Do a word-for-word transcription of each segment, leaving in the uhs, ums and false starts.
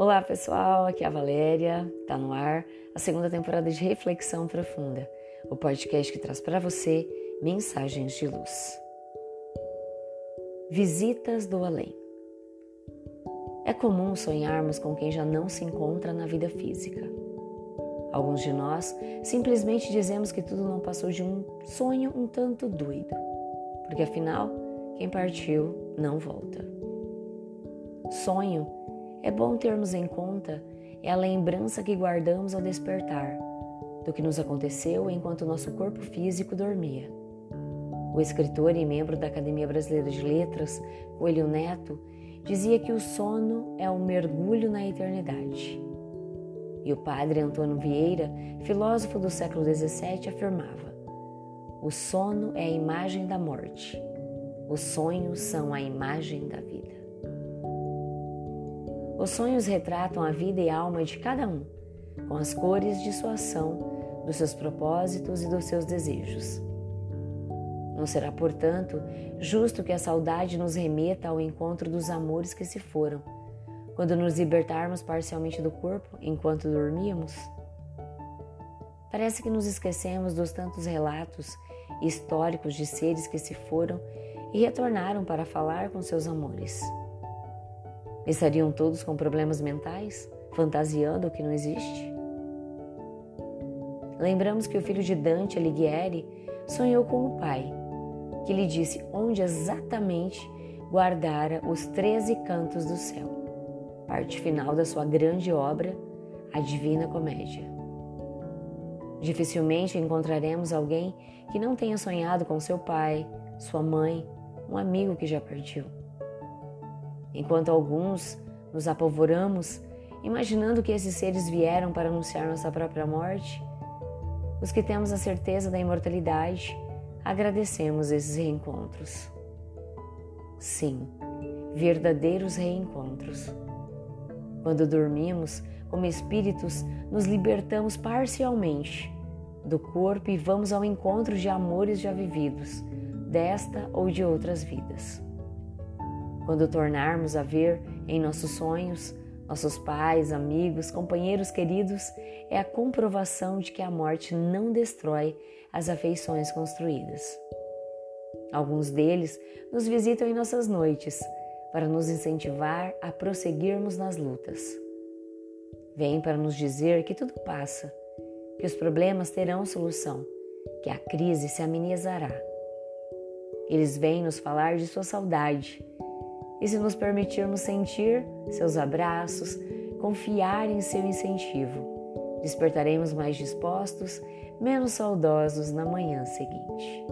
Olá pessoal, aqui é a Valéria, tá no ar a segunda temporada de Reflexão Profunda, o podcast que traz para você mensagens de luz. Visitas do além. É comum sonharmos com quem já não se encontra na vida física. Alguns de nós simplesmente dizemos que tudo não passou de um sonho um tanto doido, porque afinal, quem partiu não volta. Sonho é bom termos em conta, é a lembrança que guardamos ao despertar do que nos aconteceu enquanto nosso corpo físico dormia. O escritor e membro da Academia Brasileira de Letras, Coelho Neto, dizia que o sono é um mergulho na eternidade. E o padre Antônio Vieira, filósofo do século dezessete, afirmava: o sono é a imagem da morte, os sonhos são a imagem da vida. Os sonhos retratam a vida e a alma de cada um, com as cores de sua ação, dos seus propósitos e dos seus desejos. Não será, portanto, justo que a saudade nos remeta ao encontro dos amores que se foram, quando nos libertarmos parcialmente do corpo enquanto dormíamos? Parece que nos esquecemos dos tantos relatos históricos de seres que se foram e retornaram para falar com seus amores. Estariam todos com problemas mentais, fantasiando o que não existe? Lembramos que o filho de Dante Alighieri sonhou com o pai, que lhe disse onde exatamente guardara os treze cantos do céu, parte final da sua grande obra, a Divina Comédia. Dificilmente encontraremos alguém que não tenha sonhado com seu pai, sua mãe, um amigo que já partiu. Enquanto alguns nos apavoramos, imaginando que esses seres vieram para anunciar nossa própria morte, os que temos a certeza da imortalidade, agradecemos esses reencontros. Sim, verdadeiros reencontros. Quando dormimos, como espíritos, nos libertamos parcialmente do corpo e vamos ao encontro de amores já vividos, desta ou de outras vidas. Quando tornarmos a ver em nossos sonhos, nossos pais, amigos, companheiros queridos, é a comprovação de que a morte não destrói as afeições construídas. Alguns deles nos visitam em nossas noites para nos incentivar a prosseguirmos nas lutas. Vêm para nos dizer que tudo passa, que os problemas terão solução, que a crise se amenizará. Eles vêm nos falar de sua saudade, e se nos permitirmos sentir seus abraços, confiar em seu incentivo, despertaremos mais dispostos, menos saudosos na manhã seguinte.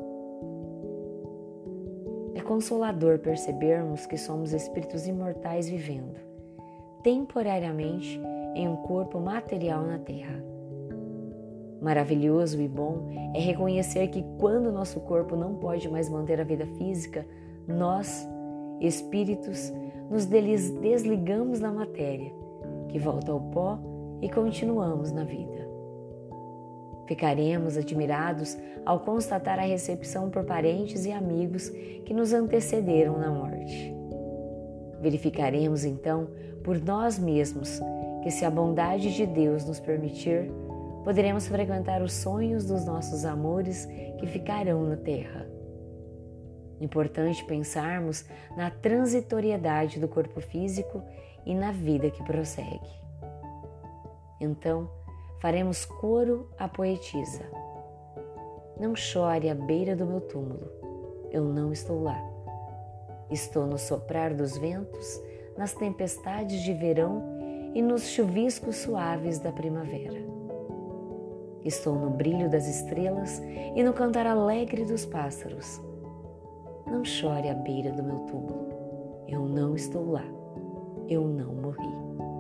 É consolador percebermos que somos espíritos imortais vivendo, temporariamente, em um corpo material na Terra. Maravilhoso e bom é reconhecer que quando nosso corpo não pode mais manter a vida física, nós, espíritos, nos desligamos da matéria, que volta ao pó e continuamos na vida. Ficaremos admirados ao constatar a recepção por parentes e amigos que nos antecederam na morte. Verificaremos então por nós mesmos que, se a bondade de Deus nos permitir, poderemos frequentar os sonhos dos nossos amores que ficarão na terra. Importante pensarmos na transitoriedade do corpo físico e na vida que prossegue. Então, faremos coro à poetisa. Não chore à beira do meu túmulo, eu não estou lá. Estou no soprar dos ventos, nas tempestades de verão e nos chuviscos suaves da primavera. Estou no brilho das estrelas e no cantar alegre dos pássaros. Não chore à beira do meu túmulo, eu não estou lá, eu não morri.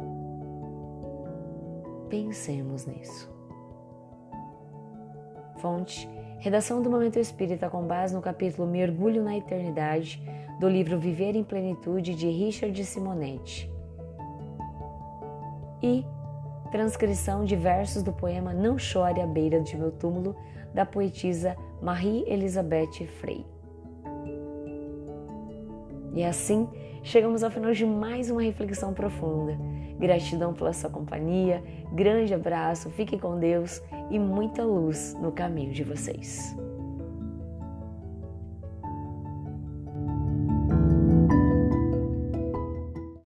Pensemos nisso. Fonte: Redação do Momento Espírita com base no capítulo Mergulho na Eternidade do livro Viver em Plenitude de Richard Simonetti e transcrição de versos do poema Não Chore à Beira de Meu Túmulo da poetisa Marie Elisabeth Frey. E assim, chegamos ao final de mais uma reflexão profunda. Gratidão pela sua companhia, grande abraço, fiquem com Deus e muita luz no caminho de vocês.